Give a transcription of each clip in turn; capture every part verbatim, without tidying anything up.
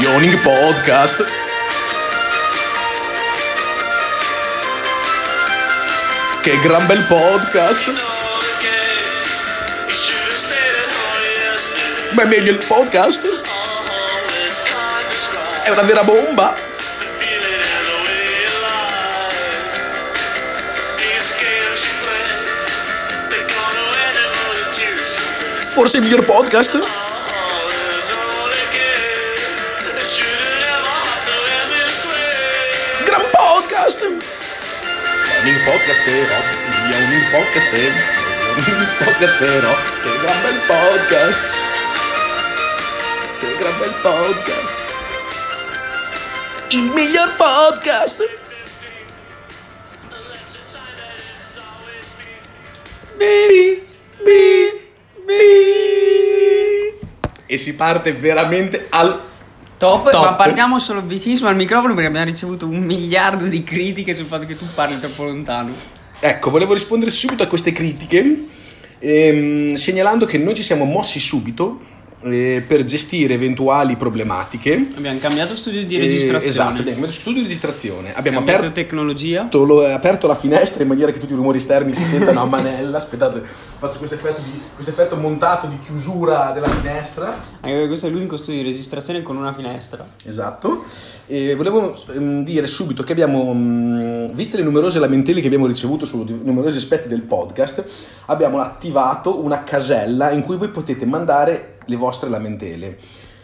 Yawning Podcast. Che gran bel podcast. Ma è meglio il podcast. È una vera bomba. Forse il miglior podcast. Gran podcast. Yawning Podcastero. Yawning Podcastero. Yawning Podcastero. Che gran bel podcast. Che gran bel podcast. Il miglior podcast. Bi, bi, bi. E si parte veramente al top, top. Ma parliamo solo vicinissimo al microfono perché abbiamo ricevuto un miliardo di critiche sul fatto che tu parli troppo lontano. Ecco, volevo rispondere subito a queste critiche, ehm, segnalando che noi ci siamo mossi subito eh, per gestire eventuali problematiche. Abbiamo cambiato studio di registrazione. Eh, esatto, abbiamo cambiato studio di registrazione. Abbiamo cambiato aperto, tecnologia. lo, aperto la finestra in maniera che tutti i rumori esterni si sentano a manella. Aspettate, faccio questo effetto, di, questo effetto montato di chiusura della finestra. Anche perché questo è l'unico studio di registrazione con una finestra. Esatto. E volevo um, dire subito che abbiamo, um, viste le numerose lamentele che abbiamo ricevuto su numerosi aspetti del podcast, abbiamo attivato una casella in cui voi potete mandare le vostre lamentele.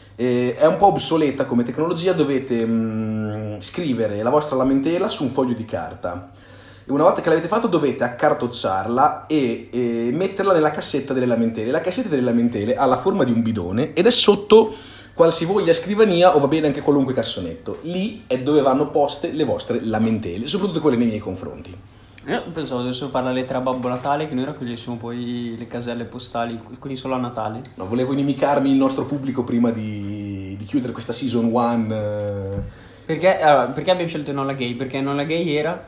E è un po' obsoleta come tecnologia, dovete um, scrivere la vostra lamentela su un foglio di carta. E una volta che l'avete fatto dovete accartocciarla e, e metterla nella cassetta delle lamentele. La cassetta delle lamentele ha la forma di un bidone ed è sotto qualsivoglia scrivania o va bene anche qualunque cassonetto. Lì è dove vanno poste le vostre lamentele, soprattutto quelle nei miei confronti. Io pensavo adesso fare la lettera a Babbo Natale, che noi raccogliessimo poi le caselle postali, quindi solo a Natale. No, volevo inimicarmi il nostro pubblico prima di, di chiudere questa season one. Perché, allora, perché abbiamo scelto Enola Gay? Perché Enola Gay era...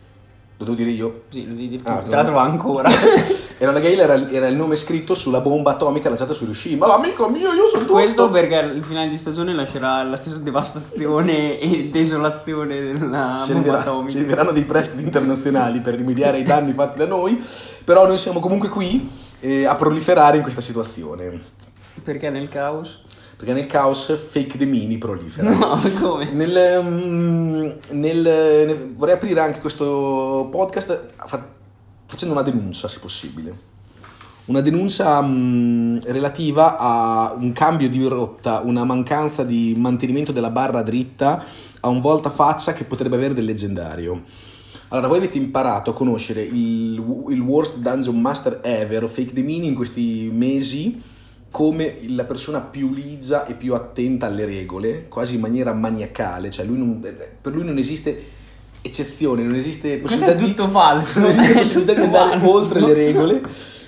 Lo devo dire io? Sì, lo devi dire tu. Ah, Tra l'altro va ancora. Enola Gay era, era il nome scritto sulla bomba atomica lanciata su Hiroshima. Ma amico mio, io sono tutto. Questo perché il finale di stagione lascerà la stessa devastazione e desolazione della Ci bomba arriverà, atomica. ci arriveranno dei prestiti internazionali per rimediare ai danni fatti da noi, però noi siamo comunque qui eh, a proliferare in questa situazione. Perché nel caos? Perché nel caos fake the mini prolifera. No, come? Nel, um, nel, nel, vorrei aprire anche questo podcast fa, facendo una denuncia, se possibile. Una denuncia um, relativa a un cambio di rotta, una mancanza di mantenimento della barra dritta a un voltafaccia che potrebbe avere del leggendario. Allora, voi avete imparato a conoscere il, il worst dungeon master ever, Fake the Mini, in questi mesi, come la persona più ligia e più attenta alle regole, quasi in maniera maniacale. Cioè lui non, per lui non esiste eccezione, non esiste possibilità Questo è tutto di, falso. non esiste possibilità di andare falso. oltre le regole.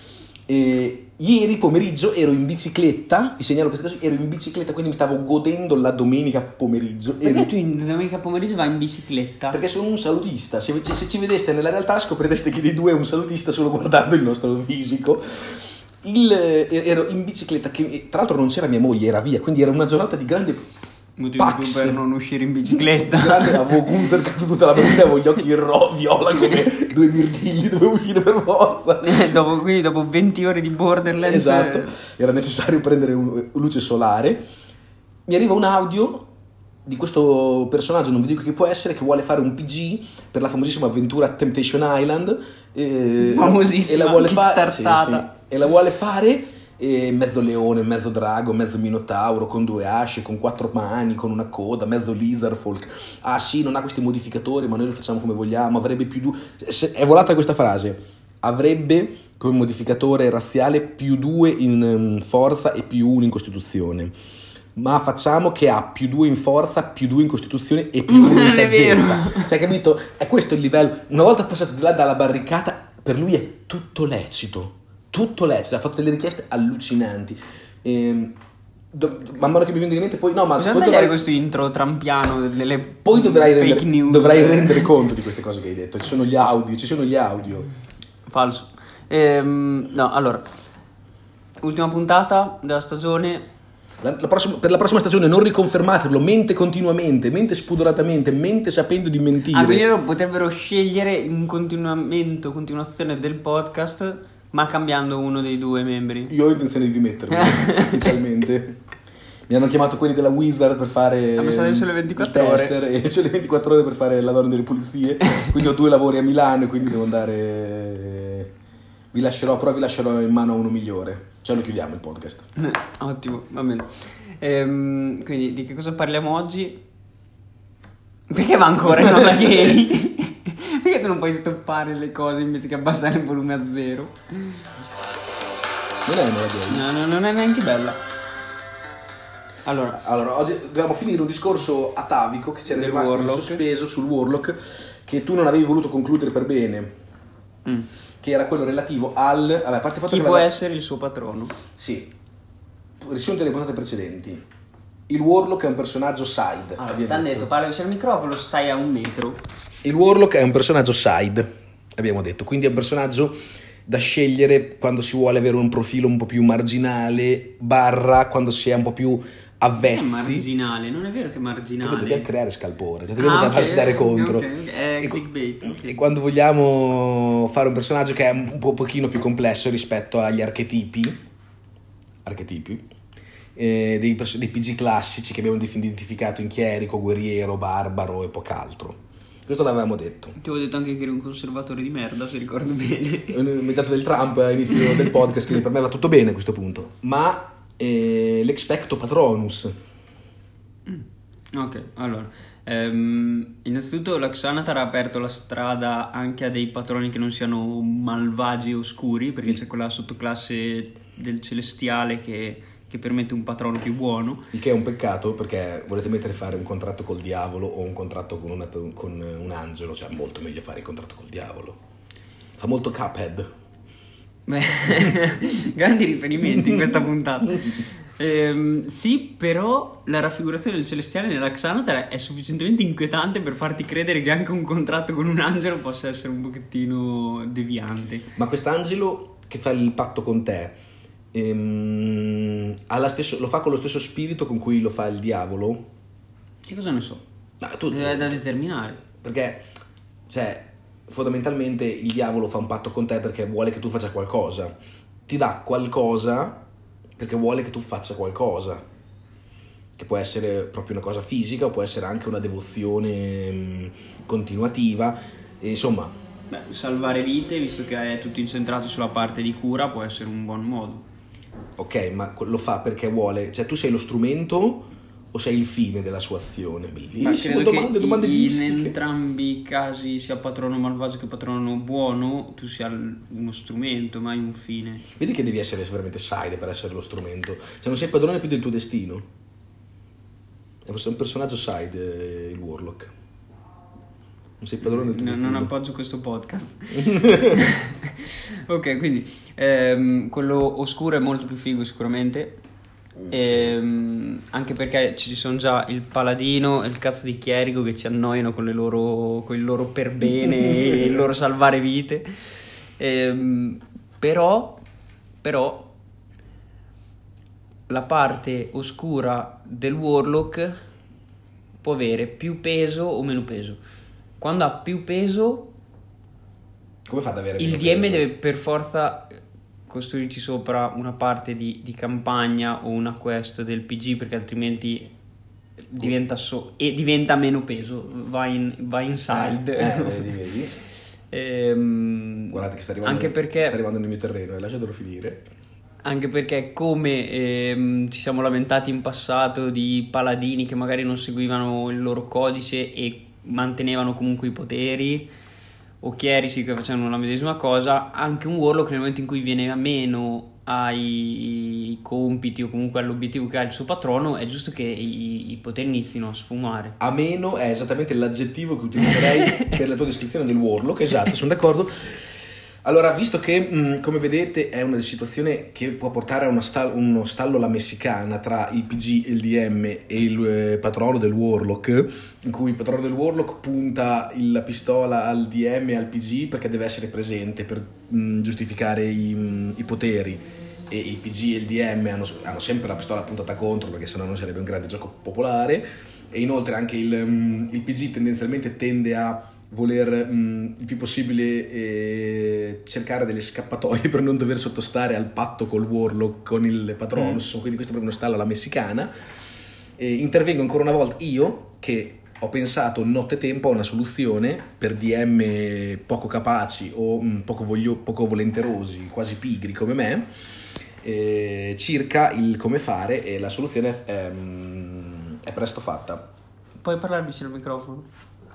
E ieri pomeriggio ero in bicicletta, vi segnalo questa cosa, ero in bicicletta, quindi mi stavo godendo la domenica pomeriggio. Perché ero... tu in domenica pomeriggio vai in bicicletta? Perché sono un salutista. Se, se ci vedeste nella realtà scoprireste che di due è un salutista solo guardando il nostro fisico. Il, ero in bicicletta, che tra l'altro non c'era mia moglie, era via, quindi era una giornata di grande motivo più pax, per non uscire in bicicletta. di grande, avevo gunzercato tutta la mattina, avevo gli occhi ro, viola come due mirtilli, dovevo uscire per forza. dopo, quindi dopo venti ore di Borderlands, Esatto, era necessario prendere un, luce solare. Mi arriva un audio di questo personaggio, non vi dico che può essere, che vuole fare un P G per la famosissima avventura Temptation Island, eh, famosissima, e la vuole fare, sì, sì, e la vuole fare e mezzo leone, mezzo drago, mezzo minotauro, con due asce, con quattro mani, con una coda, mezzo lizardfolk. Ah sì, non ha questi modificatori, ma noi lo facciamo come vogliamo, avrebbe più due. È volata questa frase, avrebbe come modificatore razziale più due in forza e più uno in costituzione. Ma facciamo che ha più due in forza, più due in costituzione e più uno in saggezza. Cioè, capito? È questo il livello. Una volta passato di là dalla barricata, per lui è tutto lecito. Tutto lecito. Ha fatto delle richieste allucinanti. E, do, man mano che mi vengono in mente, poi no, ma bisogna poi tagliare dovrai, questo intro trampiano delle poi dovrai fake rendere, news. dovrai rendere conto di queste cose che hai detto. Ci sono gli audio, ci sono gli audio. Falso. Ehm, no, allora, ultima puntata della stagione. La, la prossima, per la prossima stagione non riconfermatelo, mente continuamente, mente spudoratamente, mente sapendo di mentire. A venire potrebbero scegliere un continuamento, continuazione del podcast, ma cambiando uno dei due membri. Io ho intenzione di dimettermi ufficialmente. Mi hanno chiamato quelli della Wizard per fare a me sono solo ventiquattro ore e solo ventiquattro ore per fare la donna delle pulizie. Quindi ho due lavori a Milano, quindi devo andare. Vi lascerò, però vi lascerò in mano a uno migliore. Cioè lo chiudiamo il podcast. Ottimo, va bene. Ehm, quindi di che cosa parliamo oggi? Perché va ancora in nota gay? Perché tu non puoi stoppare le cose invece che abbassare il volume a zero? Non è una gay. No, no, non è neanche bella. Allora, allora, oggi dobbiamo finire un discorso atavico che si era rimasto in sospeso sul Warlock, che tu non avevi voluto concludere per bene. Mm. Che era quello relativo al... Vabbè, a parte il fatto chi che può la... essere il suo patrono? Sì. Riassunto delle puntate precedenti. Il Warlock è un personaggio side. Allora, ti hanno detto, parla vicino al microfono, stai a un metro. Il Warlock è un personaggio side, abbiamo detto. Quindi è un personaggio da scegliere quando si vuole avere un profilo un po' più marginale, barra quando si è un po' più avvezzi. Non è marginale, non è vero che è marginale. Dobbiamo creare scalpore, cioè dobbiamo ah, okay, farci dare contro. Okay, okay. È e, clickbait. Okay. E quando vogliamo fare un personaggio che è un po' pochino più complesso rispetto agli archetipi, archetipi eh, dei, dei P G classici che abbiamo identificato in chierico, guerriero, barbaro e poco altro. Questo l'avevamo detto. Ti avevo detto anche che eri un conservatore di merda, se ricordo bene. Ho inventato del Trump all'inizio del podcast, quindi per me va tutto bene a questo punto. Ma eh, l'expecto patronus. Mm. Ok, allora. Ehm, innanzitutto la Xanatar ha aperto la strada anche a dei patroni che non siano malvagi e oscuri, perché c'è quella sottoclasse del celestiale che... che permette un patrono più buono. Il che è un peccato, perché volete mettere a fare un contratto col diavolo o un contratto con, una, con un angelo, cioè è molto meglio fare il contratto col diavolo. Fa molto Cuphead. Beh, grandi riferimenti in questa puntata. Ehm, sì, però la raffigurazione del celestiale nella Xanatar è sufficientemente inquietante per farti credere che anche un contratto con un angelo possa essere un pochettino deviante. Ma quest'angelo che fa il patto con te Ehm, ha la stesso, lo fa con lo stesso spirito con cui lo fa il diavolo? Che cosa ne so? No, tu, è da determinare. Perché, cioè, fondamentalmente il diavolo fa un patto con te perché vuole che tu faccia qualcosa. Ti dà qualcosa perché vuole che tu faccia qualcosa. Che può essere proprio una cosa fisica o può essere anche una devozione mh, continuativa. E, insomma... Beh, salvare vite, visto che è tutto incentrato sulla parte di cura, può essere un buon modo. Ok, ma lo fa perché vuole, cioè tu sei lo strumento o sei il fine della sua azione? Bellissimo, ma domande, domande in mistiche. In entrambi i casi, sia patrono malvagio che patrono buono, tu sia uno strumento, mai un fine. Vedi che devi essere veramente side per essere lo strumento, cioè non sei padrone più del tuo destino. È un personaggio side, il Warlock. Non sei padrone del tuo no, destino. Non appoggio questo podcast. Ok, quindi ehm, quello oscuro è molto più figo sicuramente. Ehm, sì. Anche perché ci sono già il paladino e il cazzo di chierico che ci annoiano con le loro, con il loro per bene e il loro salvare vite. Ehm, però però la parte oscura del Warlock può avere più peso o meno peso. Quando ha più peso, come fa ad avere il D M peso? Deve per forza costruirci sopra una parte di, di campagna o una quest del P G, perché altrimenti diventa, so, e diventa meno peso, va in, va inside. Eh, eh, vedi, vedi. ehm, Guardate che sta arrivando, anche perché, sta arrivando nel mio terreno, eh, lasciatelo finire. Anche perché come ehm, ci siamo lamentati in passato di paladini che magari non seguivano il loro codice e mantenevano comunque i poteri, o chierici che facevano la medesima cosa, anche un Warlock nel momento in cui viene a meno ai compiti o comunque all'obiettivo che ha il suo patrono, è giusto che i, i poteri inizino a sfumare. A meno è esattamente l'aggettivo che utilizzerei per la tua descrizione del Warlock, esatto, sono d'accordo. Allora, visto che, mh, come vedete, è una situazione che può portare a una stall- uno stallo alla messicana tra il P G, il D M e il eh, patrono del Warlock, in cui il patrono del Warlock punta la pistola al D M e al P G perché deve essere presente per mh, giustificare i, mh, i poteri, e il P G e il D M hanno, hanno sempre la pistola puntata contro, perché sennò non sarebbe un grande gioco popolare. E inoltre anche il, il P G tendenzialmente tende a voler mh, il più possibile eh, cercare delle scappatoie per non dover sottostare al patto col Warlock, con il Patronus, mm. quindi questo è proprio uno stallo alla messicana. E intervengo ancora una volta io, che ho pensato nottetempo a una soluzione per D M poco capaci o mh, poco, voglio, poco volenterosi, quasi pigri come me, eh, circa il come fare, e la soluzione è, mh, è presto fatta. Puoi parlare vicino al microfono?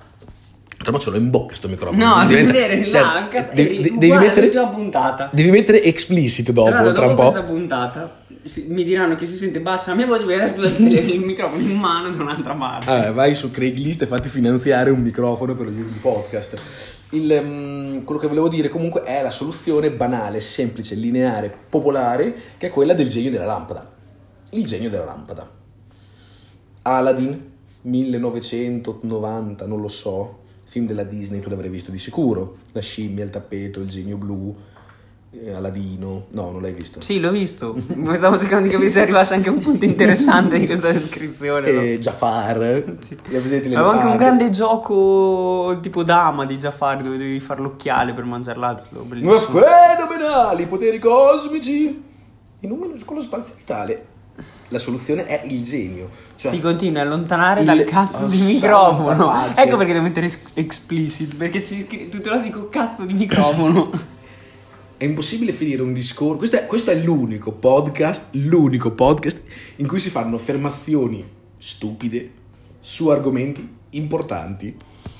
Ma ce l'ho in bocca sto microfono. No, diventa, vedere, cioè, là, cazzo, devi, devi, devi mettere già puntata. Devi mettere explicit dopo, allora, tra dopo un po'. questa puntata mi diranno che si sente bassa la mia voce, perché adesso devo tenere il microfono in mano da un'altra parte. Ah, vai su Craigslist e fatti finanziare un microfono per il podcast. Il, um, quello che volevo dire comunque è la soluzione banale, semplice, lineare, popolare, che è quella del genio della lampada. Il genio della lampada. Aladdin, millenovecentonovanta, non lo so. Film della Disney, tu l'avrai visto di sicuro. La scimmia, il tappeto, il genio blu, eh, Aladino. No, non l'hai visto? Sì, l'ho visto. Stavo cercando di capire se arrivasse anche un punto interessante di questa descrizione. E no? Jafar. Sì. Aveva anche un grande gioco tipo dama di Jafar, dove devi fare l'occhiale per mangiare l'altro. Ma fenomenali, poteri cosmici in un minuscolo spazio vitale. La soluzione è il genio, cioè ti continui a allontanare il... dal cazzo oh, di microfono. pace. Ecco perché devo mettere explicit, perché ci scri- tutto l'altro dico cazzo di microfono. È impossibile finire un discorso. Questo è, questo è l'unico podcast, l'unico podcast in cui si fanno affermazioni stupide su argomenti importanti.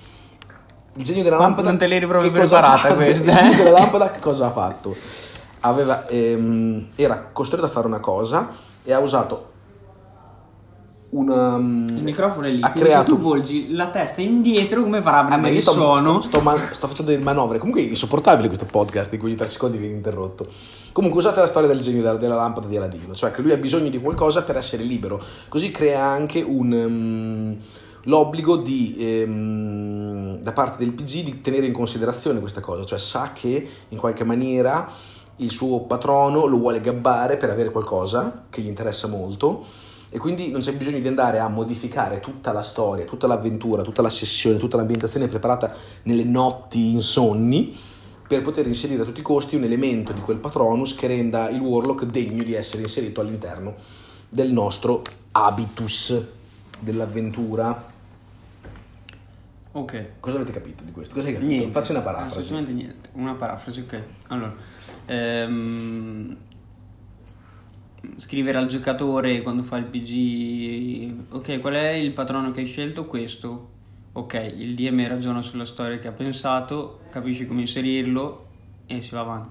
Il genio della Quanto lampada, non te l'eri proprio che cosa preparata fa? questa, Il eh? genio della lampada che cosa ha fatto? Aveva, ehm, era costretto a fare una cosa e ha usato una... Il microfono è lì, ha quindi creato... se tu volgi la testa indietro come farà Ah, ma il io sto, suono? sto, sto, man- sto facendo delle manovre. Comunque è insopportabile questo podcast in cui ogni tre secondi viene interrotto. Comunque usate la storia del genio della, della lampada di Aladino, cioè che lui ha bisogno di qualcosa per essere libero. Così crea anche un... Um, l'obbligo di um, da parte del P G di tenere in considerazione questa cosa, cioè sa che in qualche maniera il suo patrono lo vuole gabbare per avere qualcosa che gli interessa molto, e quindi non c'è bisogno di andare a modificare tutta la storia, tutta l'avventura, tutta la sessione, tutta l'ambientazione preparata nelle notti insonni, per poter inserire a tutti i costi un elemento di quel patronus che renda il Warlock degno di essere inserito all'interno del nostro habitus dell'avventura. Ok. Cosa avete capito di questo? Cosa hai capito? Niente. Faccio una parafrasi. Assolutamente niente. Una parafrasi, ok. Allora, ehm, scrivere al giocatore quando fa il P G, ok, qual è il patrono che hai scelto? Questo. Ok, il D M ragiona sulla storia che ha pensato, capisci come inserirlo e si va avanti.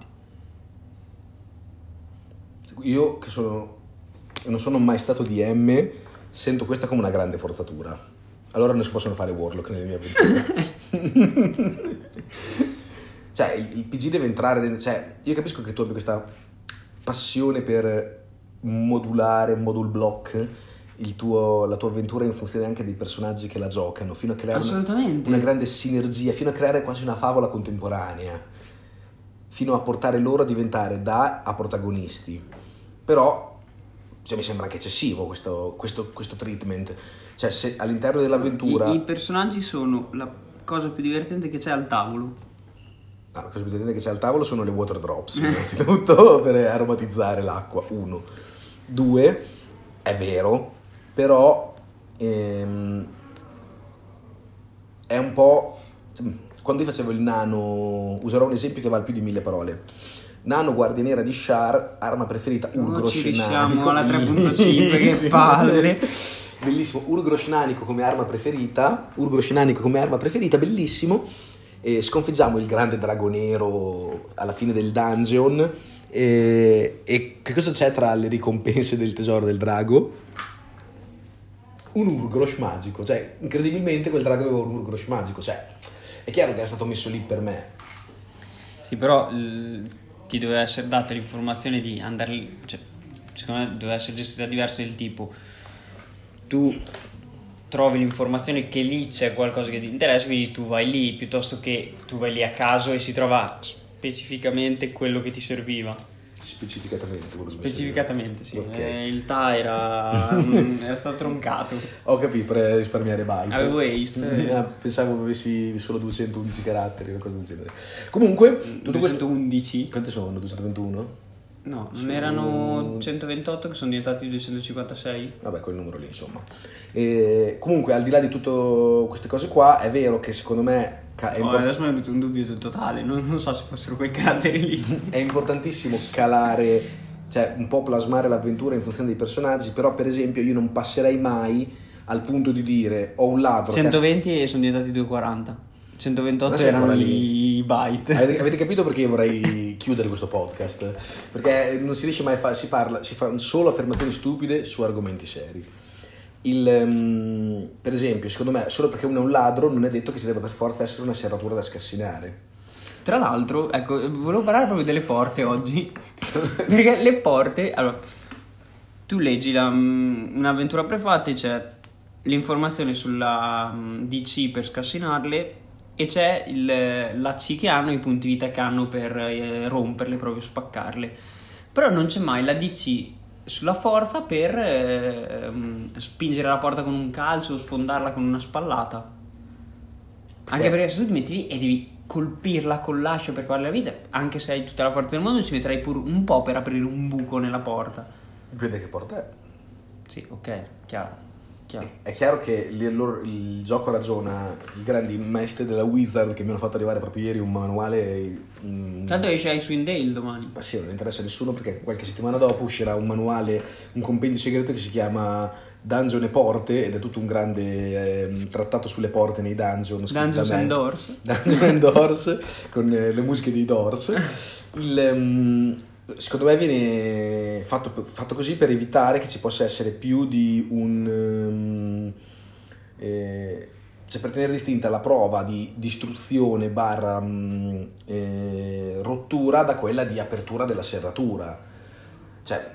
Io che sono non sono mai stato D M, sento questa come una grande forzatura. Allora non si possono fare Warlock nelle mie avventure. Cioè il, il P G deve entrare dentro, cioè io capisco che tu abbia questa passione per modulare, module block il tuo, la tua avventura in funzione anche dei personaggi che la giocano, fino a creare una, una grande sinergia, fino a creare quasi una favola contemporanea, fino a portare loro a diventare da a protagonisti. Però cioè, mi sembra anche eccessivo questo, questo, questo treatment. Cioè, se all'interno dell'avventura... I, i personaggi sono la cosa più divertente che c'è al tavolo. Ah, la cosa più divertente che c'è al tavolo sono le water drops, innanzitutto, per aromatizzare l'acqua. Uno. Due, è vero, però ehm, è un po'... Quando io facevo il nano, userò un esempio che vale più di mille parole. Nano guardia nera di Shar, arma preferita Urgroscenanico. Alla tre punto cinque, che palle. Bellissimo, Urgroscenanico come arma preferita, Urgroscenanico come arma preferita, bellissimo. E sconfiggiamo il grande drago nero alla fine del dungeon. E, e che cosa c'è tra le ricompense del tesoro del drago? Un Urgrosh magico, cioè incredibilmente quel drago aveva un Urgrosh magico, cioè è chiaro che è stato messo lì per me. Sì, però l- ti doveva essere data l'informazione di andare lì, cioè, secondo me doveva essere gestita diverso, del tipo tu trovi l'informazione che lì c'è qualcosa che ti interessa, quindi tu vai lì, piuttosto che tu vai lì a caso e si trova specificamente quello che ti serviva. Specificatamente, quello Specificatamente, sì. Okay. Eh, il T A era, era stato troncato. Ho capito, per risparmiare byte. Avevo Ace. Ah, pensavo avessi solo duecentoundici caratteri, una cosa del genere. Comunque, tutto duecentoundici? Questo... Quanti sono? duecentoventuno? No, sono... ne erano centoventotto che sono diventati duecentocinquantasei. Vabbè, quel numero lì, insomma. E comunque, al di là di tutte queste cose qua, è vero che secondo me è import- oh, adesso mi è venuto un dubbio totale, non, non so se fossero quei caratteri lì. È importantissimo calare, cioè un po' plasmare l'avventura in funzione dei personaggi, però per esempio io non passerei mai al punto di dire ho un ladro centoventi che... e sono diventati duecentoquaranta. centoventotto adesso erano i byte. Avete, avete capito perché io vorrei chiudere questo podcast? Perché non si riesce mai a fare, si parla, si fanno solo affermazioni stupide su argomenti seri. Il, um, per esempio, secondo me, solo perché uno è un ladro non è detto che si debba per forza essere una serratura da scassinare. Tra l'altro, ecco, volevo parlare proprio delle porte oggi. Perché le porte, allora, tu leggi la, un'avventura prefatta e c'è l'informazione sulla D C per scassinarle e c'è il, la C che hanno, i punti vita che hanno per eh, romperle, proprio spaccarle. Però non c'è mai la D C sulla forza per eh, spingere la porta con un calcio o sfondarla con una spallata. Anche perché se tu ti metti lì e devi colpirla con l'ascia per farle la vita, anche se hai tutta la forza del mondo, ci metterai pure un po' per aprire un buco nella porta. Vede che porta è? Sì, ok, chiaro. Chiaro. È chiaro che il, il, il gioco ragiona, i grandi maestri della Wizard che mi hanno fatto arrivare proprio ieri un manuale. Mm, tanto esce Icewind Dale domani. Ma sì, non interessa a nessuno perché qualche settimana dopo uscirà un manuale, un compendio segreto che si chiama Dungeon e Porte ed è tutto un grande eh, trattato sulle porte nei dungeon. Dungeons and Doors. Dungeons and Doors con eh, le musiche dei Doors. Il... Um, secondo me viene fatto, fatto così per evitare che ci possa essere più di un um, eh, cioè per tenere distinta la prova di distruzione barra um, eh, rottura da quella di apertura della serratura, cioè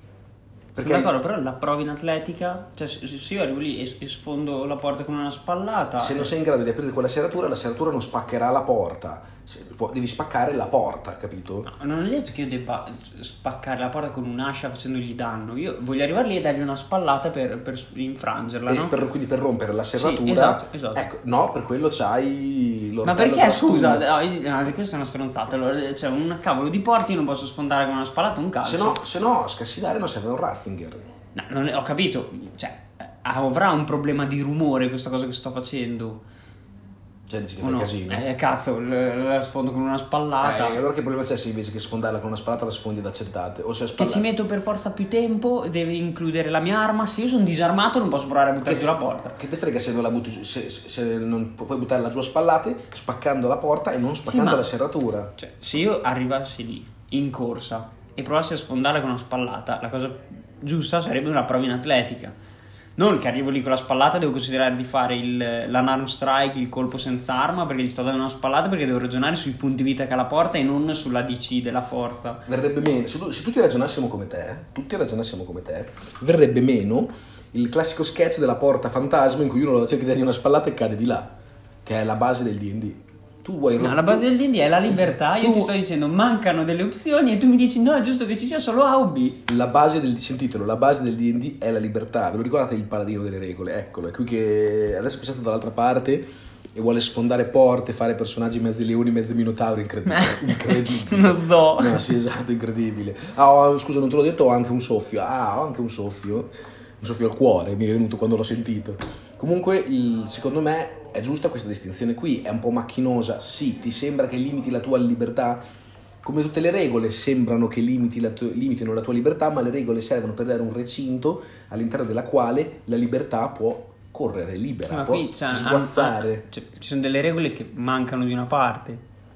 perché d'accordo, però la prova in atletica, cioè se io arrivo lì e, e sfondo la porta con una spallata, se non sei in grado di aprire quella serratura, la serratura non spaccherà la porta, devi spaccare la porta, capito? No, non è detto che io debba spaccare la porta con un'ascia facendogli danno, io voglio arrivare lì e dargli una spallata per, per infrangerla, e no? Per, quindi per rompere la serratura, sì, esatto, esatto. Ecco, no, per quello c'hai ma perché scusa, no, questa è una stronzata, allora c'è cioè, un cavolo di porti, io non posso sfondare con una spallata un calcio, se no, se no scassinare non serve un Ratzinger. No, non è, ho capito, cioè avrà un problema di rumore questa cosa che sto facendo. Cioè dici che fai no? casino? Eh cazzo, la sfondo con una spallata. Eh, allora che problema c'è se invece che sfondarla con una spallata la sfondi ad accettate? O se che ci metto per forza più tempo, deve includere la mia arma. Se io sono disarmato non posso provare a buttare giù la porta. Che te frega se non la butti giù, se, se non puoi buttarla giù a spallate, spaccando la porta e non spaccando sì, la serratura. Cioè, se io arrivassi lì in corsa e provassi a sfondarla con una spallata, la cosa giusta sarebbe una prova in atletica. Non che arrivo lì con la spallata, devo considerare di fare il, l'unarmed strike, il colpo senza arma, perché gli sto dando una spallata, perché devo ragionare sui punti vita che ha la porta e non sulla D C della forza. Verrebbe meno, se, tu, se tutti ragionassimo come te, tutti ragionassimo come te, verrebbe meno il classico sketch della porta fantasma in cui uno cerca di dargli una spallata e cade di là, che è la base del D and D. Tu vuoi no, la base del D and D è la libertà, io tu... ti sto dicendo mancano delle opzioni e tu mi dici no, è giusto che ci sia solo A o B. La base del, sentitelo, la base del D and D è la libertà, ve lo ricordate il paladino delle regole? Eccolo, è qui che adesso pensate dall'altra parte e vuole sfondare porte, fare personaggi mezzi leoni, mezzi minotauri, incredibile, incredibile. Non so. No, sì, esatto, incredibile. Ah, oh, scusa, non te l'ho detto, ho anche un soffio, ah, ho anche un soffio, un soffio al cuore, mi è venuto quando l'ho sentito. Comunque, il, secondo me, è giusta questa distinzione qui, è un po' macchinosa, sì, ti sembra che limiti la tua libertà, come tutte le regole sembrano che limiti la tu- limitino la tua libertà, ma le regole servono per dare un recinto all'interno della quale la libertà può correre libera, ma può qui c'è, sguazzare. Ah, cioè, ci sono delle regole che mancano di una parte.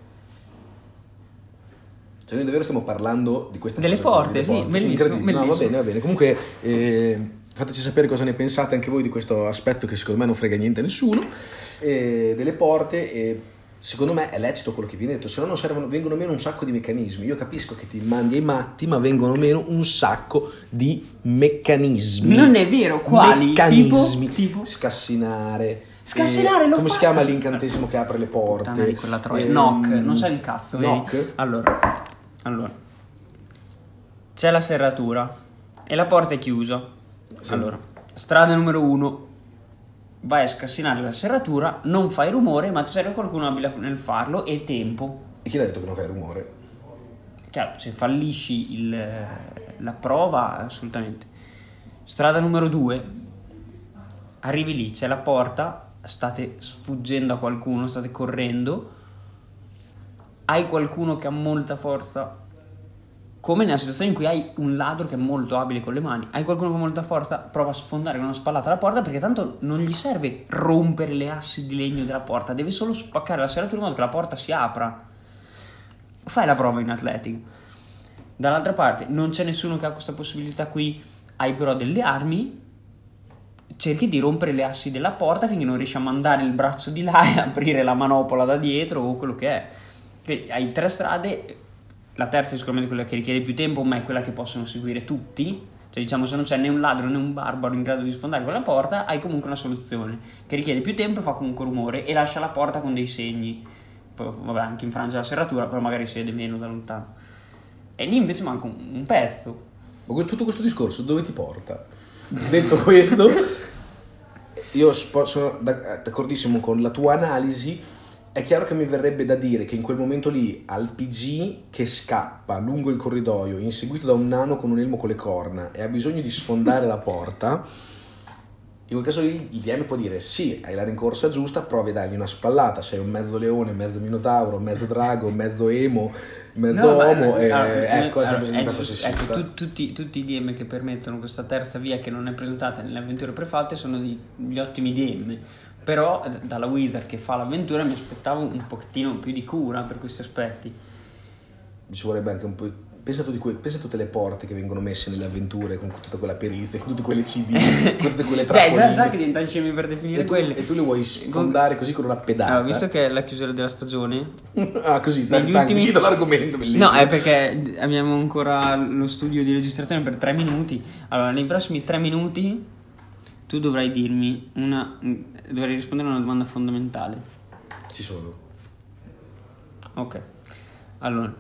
Cioè noi davvero stiamo parlando di questa delle cosa, porte, sì, bellissimo, incredibile. bellissimo. No, va bene, va bene. Comunque eh, fateci sapere cosa ne pensate anche voi di questo aspetto che secondo me non frega niente a nessuno, eh, delle porte, e secondo me è lecito quello che viene detto, se no non servono, vengono meno un sacco di meccanismi. Io capisco che ti mandi ai matti, ma vengono meno un sacco di meccanismi. Non è vero, quali? Meccanismi, tipo, tipo? Scassinare. Scassinare eh, lo come fa... si chiama l'incantesimo che apre le porte? Di quella troia. Eh, knock, non sai un cazzo, knock? Vedi? Allora, allora c'è la serratura e la porta è chiusa. Sì. Allora, strada numero uno, vai a scassinare la serratura, non fai rumore, ma ti serve qualcuno abile nel farlo e tempo. E chi l'ha detto che non fai rumore? Chiaro, se fallisci il, la prova, assolutamente. Strada numero due, arrivi lì, c'è la porta, state sfuggendo a qualcuno, state correndo, hai qualcuno che ha molta forza, come nella situazione in cui hai un ladro che è molto abile con le mani, hai qualcuno con molta forza, prova a sfondare con una spallata la porta, perché tanto non gli serve rompere le assi di legno della porta, deve solo spaccare la serratura in modo che la porta si apra. Fai la prova in atletica. Dall'altra parte non c'è nessuno che ha questa possibilità qui, hai però delle armi, cerchi di rompere le assi della porta finché non riesci a mandare il braccio di là e aprire la manopola da dietro o quello che è. Quindi hai tre strade, la terza è sicuramente quella che richiede più tempo, ma è quella che possono seguire tutti. Cioè, diciamo, se non c'è né un ladro né un barbaro in grado di sfondare quella porta, hai comunque una soluzione che richiede più tempo e fa comunque rumore e lascia la porta con dei segni. Poi, vabbè, anche infrange la serratura, però magari si vede meno da lontano. E lì invece manca un, un pezzo. Ma tutto questo discorso dove ti porta? Detto questo, io sono d'accordissimo con la tua analisi. È chiaro che mi verrebbe da dire che in quel momento lì, al P G che scappa lungo il corridoio, inseguito da un nano con un elmo con le corna e ha bisogno di sfondare la porta, in quel caso lì il D M può dire sì, hai la rincorsa giusta, provi a dargli una spallata, sei un mezzo leone, mezzo minotauro, mezzo drago, mezzo emo, mezzo No, uomo, ma, e allora, ecco, è allora, sempre diventato ecco, sessista. ecco, tu, tutti, tutti i D M che permettono questa terza via che non è presentata nelle avventure prefatte sono degli, gli ottimi D M, però dalla Wizard che fa l'avventura mi aspettavo un pochettino più di cura per questi aspetti. Ci vorrebbe anche un po'. Pensa a, tutti que- pensa a tutte le porte che vengono messe nelle avventure con tutta quella perizia, con tutte quelle C D, con tutte quelle Cioè, trappoline. già, già che diventano scemi per definire e tu, quelle. e tu le vuoi sfondare così con una pedata. Allora, visto che è la chiusura della stagione, ah, così, dai, negli ultimi... finito l'argomento, bellissimo. No, è perché abbiamo ancora lo studio di registrazione per tre minuti. Allora, nei prossimi tre minuti tu dovrai dirmi una... dovrai rispondere a una domanda fondamentale. Ci sono. Ok. Allora,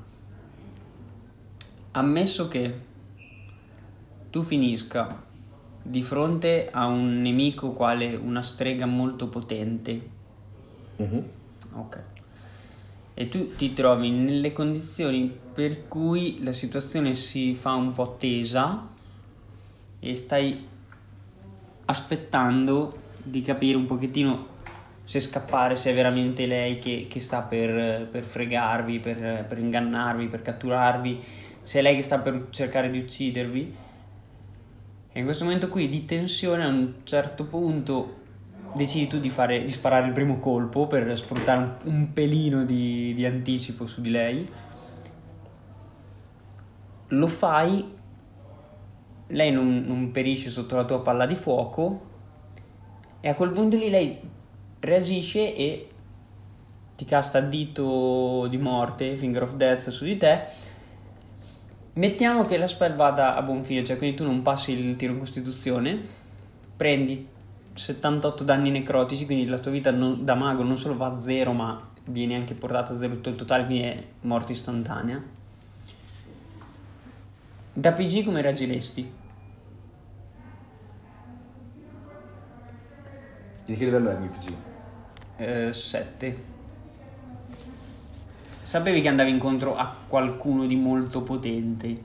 ammesso che tu finisca di fronte a un nemico quale una strega molto potente, uh-huh. ok, e tu ti trovi nelle condizioni per cui la situazione si fa un po' tesa e stai aspettando di capire un pochettino se scappare, se è veramente lei che, che sta per, per fregarvi, per, per ingannarvi, per catturarvi, se è lei che sta per cercare di uccidervi. E in questo momento qui di tensione a un certo punto decidi tu di, fare, di sparare il primo colpo per sfruttare un, un pelino di, di anticipo su di lei. Lo fai, lei non, non perisce sotto la tua palla di fuoco e a quel punto lì lei reagisce e ti casta il dito di morte, Finger of Death, su di te. Mettiamo che la spell vada a buon fine, cioè quindi tu non passi il tiro in costituzione, prendi settantotto danni necrotici, quindi la tua vita non, da mago non solo va a zero ma viene anche portata a zero tutto il totale, quindi è morte istantanea. Da P G come reagiresti? Di che livello è il mio P G? Eh, sette. Sapevi che andavi incontro a qualcuno di molto potente?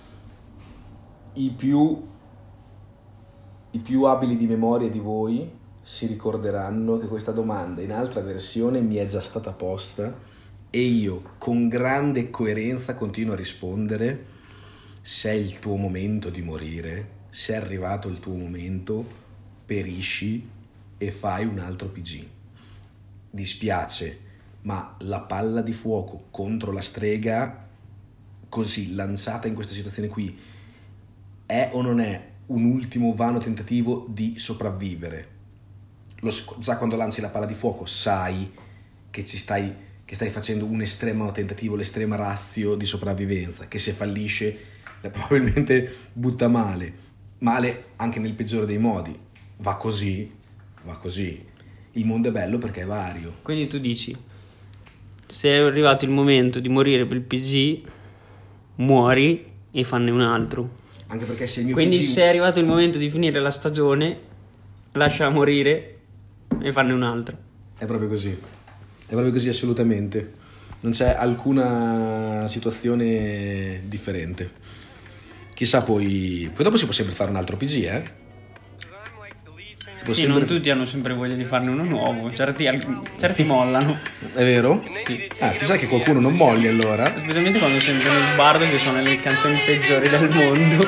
I più i più abili di memoria di voi si ricorderanno che questa domanda in altra versione mi è già stata posta e io con grande coerenza continuo a rispondere: se è il tuo momento di morire, se è arrivato il tuo momento, perisci e fai un altro P G. Dispiace, ma la palla di fuoco contro la strega, così lanciata in questa situazione qui, è o non è un ultimo vano tentativo di sopravvivere? Lo, già quando lanci la palla di fuoco sai che ci stai, che stai facendo un estremo tentativo, l'estrema ratio di sopravvivenza, che se fallisce probabilmente butta male, male anche nel peggiore dei modi. Va così, va così. Il mondo è bello perché è vario. Quindi tu dici: se è arrivato il momento di morire per il P G, muori e fanne un altro. Anche perché se il mio Quindi P G... se è arrivato il momento di finire la stagione, lascia morire e farne un altro. È proprio così, è proprio così assolutamente. Non c'è alcuna situazione differente. Chissà poi... Poi dopo si può sempre fare un altro P G, eh? Si può Sì, sempre... non tutti hanno sempre voglia di farne uno nuovo, certi, certi mollano. È vero? Sì. Ah, chissà che qualcuno non molli allora. Specialmente quando sentono il bardo che suona le canzoni peggiori del mondo.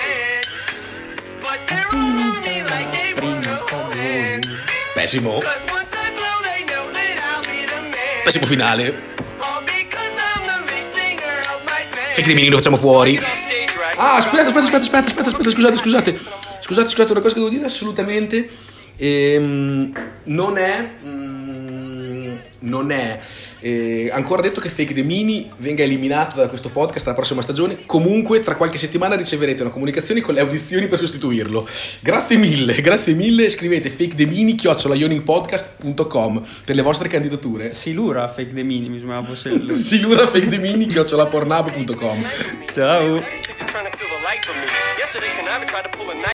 È finita la prima stagione. Pessimo. Pessimo finale. Fake Demini lo facciamo fuori. Ah, aspetta, aspetta, aspetta, aspetta, aspetta, aspetta, scusate, scusate. Scusate, scusate, una cosa che devo dire assolutamente. Ehm, non è... mm, non è eh, ancora detto che Fake Demini venga eliminato da questo podcast alla prossima stagione. Comunque tra qualche settimana riceverete una comunicazione con le audizioni per sostituirlo. Grazie mille, grazie mille. Scrivete Fake Demini chiocciola ioningpodcast punto com per le vostre candidature. Silura Fake Demini, mi sembrava fosse il... Silura Fake Demini chiocciola pornhub punto com. Ciao.